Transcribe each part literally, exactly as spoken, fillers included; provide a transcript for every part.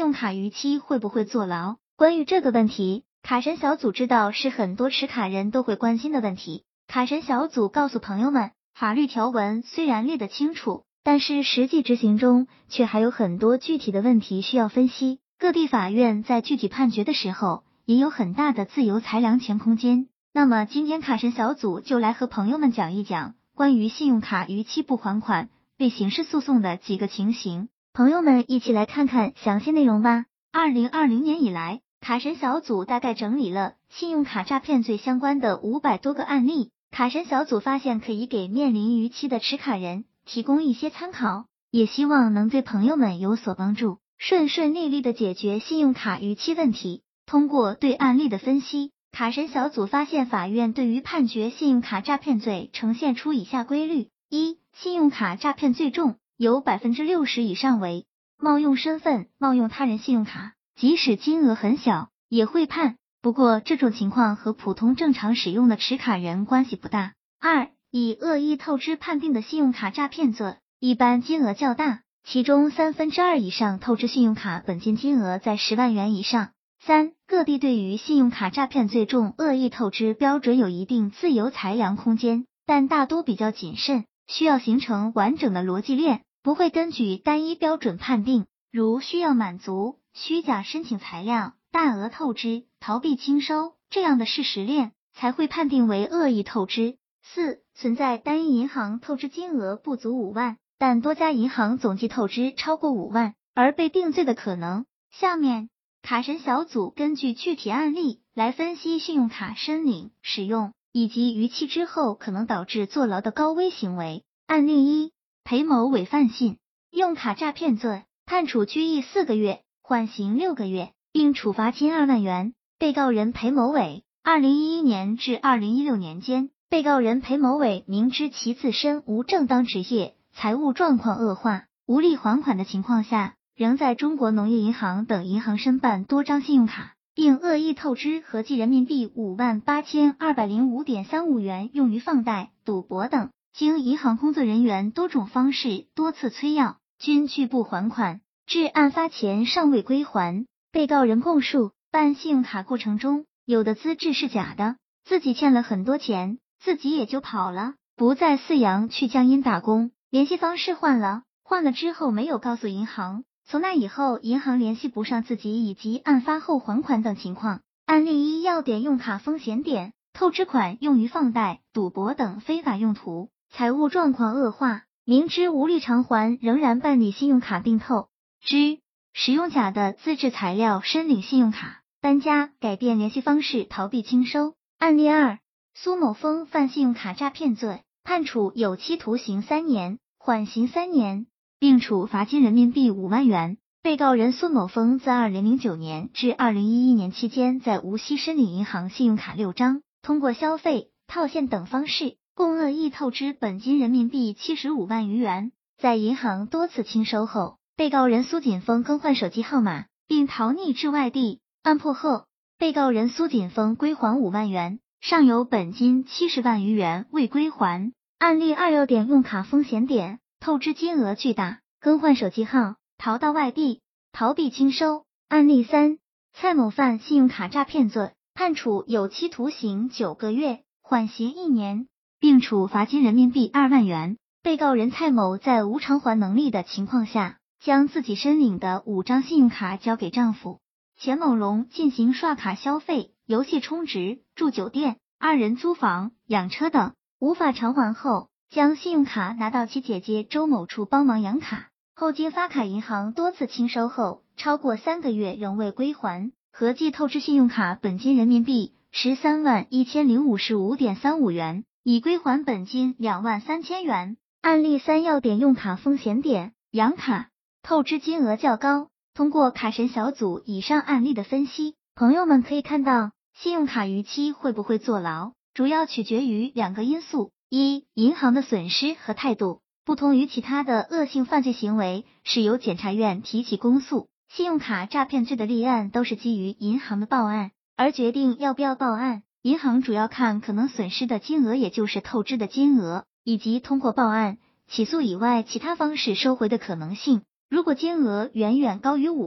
用卡逾期会不会坐牢？关于这个问题，卡神小组知道是很多持卡人都会关心的问题。卡神小组告诉朋友们，法律条文虽然列得清楚，但是实际执行中却还有很多具体的问题需要分析。各地法院在具体判决的时候，也有很大的自由裁量权空间。那么今天卡神小组就来和朋友们讲一讲关于信用卡逾期不还款被刑事诉讼的几个情形，朋友们一起来看看详细内容吧。二零二零年以来，卡神小组大概整理了信用卡诈骗罪相关的五百多个案例，卡神小组发现可以给面临逾期的持卡人提供一些参考，也希望能对朋友们有所帮助，顺顺利利的解决信用卡逾期问题。通过对案例的分析，卡神小组发现法院对于判决信用卡诈骗罪呈现出以下规律：一、信用卡诈骗最重，有 百分之六十 以上为冒用身份冒用他人信用卡，即使金额很小也会判，不过这种情况和普通正常使用的持卡人关系不大。二、以恶意透支判定的信用卡诈骗罪，一般金额较大，其中三分之二以上透支信用卡本金金额在十万元以上。三、各地对于信用卡诈骗罪重恶意透支标准有一定自由裁量空间，但大多比较谨慎，需要形成完整的逻辑链，不会根据单一标准判定，如需要满足虚假申请材料、大额透支、逃避清收这样的事实链，才会判定为恶意透支。四、存在单一银行透支金额不足五万，但多家银行总计透支超过五万而被定罪的可能。下面卡神小组根据具体案例来分析信用卡申领、使用以及逾期之后可能导致坐牢的高危行为。案例一，裴某伪犯信用卡诈骗罪，判处拘役四个月，缓刑六个月，并处罚金二万元。被告人裴某伟，二零一一年至二零一六年间，被告人裴某伟明知其自身无正当职业，财务状况恶化，无力还款的情况下，仍在中国农业银行等银行申办多张信用卡，并恶意透支合计人民币五万八千二百零五点三五元用于放贷、赌博等。经银行工作人员多种方式多次催要，均拒不还款，至案发前尚未归还。被告人供述，办信用卡过程中，有的资质是假的，自己欠了很多钱，自己也就跑了，不在泗阳去江阴打工，联系方式换了，换了之后没有告诉银行。从那以后，银行联系不上自己以及案发后还款等情况。案例一，要点用卡风险点，透支款用于放贷、赌博等非法用途，财务状况恶化，明知无力偿还，仍然办理信用卡并透支，使用假的资质材料申领信用卡，搬家、改变联系方式逃避清收。案例二，苏某峰犯信用卡诈骗罪，判处有期徒刑三年，缓刑三年。并处罚金人民币五万元。被告人苏某峰自二零零九年至二零一一年期间，在无锡申领银行信用卡六张，通过消费、套现等方式，共恶意透支本金人民币七十五万余元。在银行多次清收后，被告人苏锦峰更换手机号码，并逃匿至外地。案破后，被告人苏锦峰归还五万元，尚有本金七十万余元未归还。案例二，要点用卡风险点，透支金额巨大，更换手机号，逃到外地，逃避清收。案例三，蔡某犯信用卡诈骗罪，判处有期徒刑九个月，缓刑一年，并处罚金人民币二万元。被告人蔡某在无偿还能力的情况下，将自己申领的五张信用卡交给丈夫钱某龙进行刷卡消费、游戏充值、住酒店、二人租房、养车等，无法偿还后，将信用卡拿到其姐姐周某处帮忙养卡，后经发卡银行多次清收后，超过三个月仍未归还，合计透支信用卡本金人民币十三万一千零五十五点三五元，已归还本金两万三千元。案例三，要点用卡风险点，养卡，透支金额较高。通过卡神小组以上案例的分析，朋友们可以看到，信用卡逾期会不会坐牢，主要取决于两个因素。一、银行的损失和态度。不同于其他的恶性犯罪行为是由检察院提起公诉，信用卡诈骗罪的立案都是基于银行的报案，而决定要不要报案，银行主要看可能损失的金额，也就是透支的金额，以及通过报案、起诉以外其他方式收回的可能性。如果金额远远高于五万，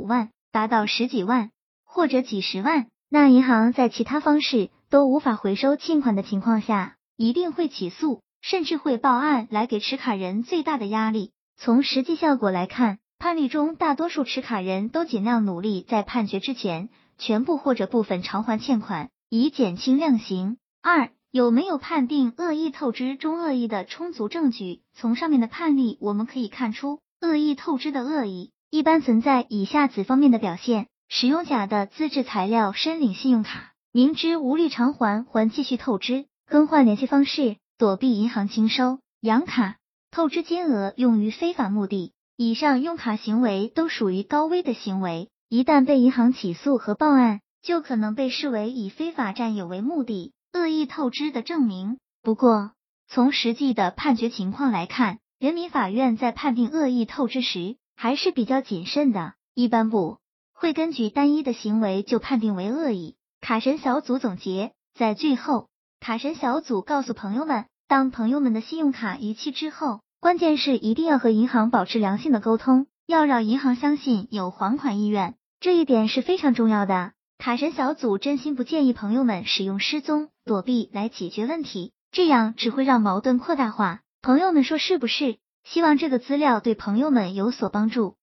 达到十几万或者几十万，那银行在其他方式都无法回收欠款的情况下，一定会起诉，甚至会报案来给持卡人最大的压力。从实际效果来看，判例中大多数持卡人都尽量努力在判决之前全部或者部分偿还欠款，以减轻量刑。二、有没有判定恶意透支中恶意的充足证据？从上面的判例我们可以看出，恶意透支的恶意一般存在以下子方面的表现：使用假的资质材料申领信用卡，明知无力偿还还继续透支，更换联系方式，躲避银行清收，养卡，透支金额用于非法目的。以上用卡行为都属于高危的行为，一旦被银行起诉和报案，就可能被视为以非法占有为目的，恶意透支的证明。不过，从实际的判决情况来看，人民法院在判定恶意透支时还是比较谨慎的，一般不会根据单一的行为就判定为恶意。卡神小组总结，在最后，卡神小组告诉朋友们，当朋友们的信用卡逾期之后，关键是一定要和银行保持良性的沟通，要让银行相信有还款意愿，这一点是非常重要的。卡神小组真心不建议朋友们使用失踪、躲避来解决问题，这样只会让矛盾扩大化。朋友们说是不是？希望这个资料对朋友们有所帮助。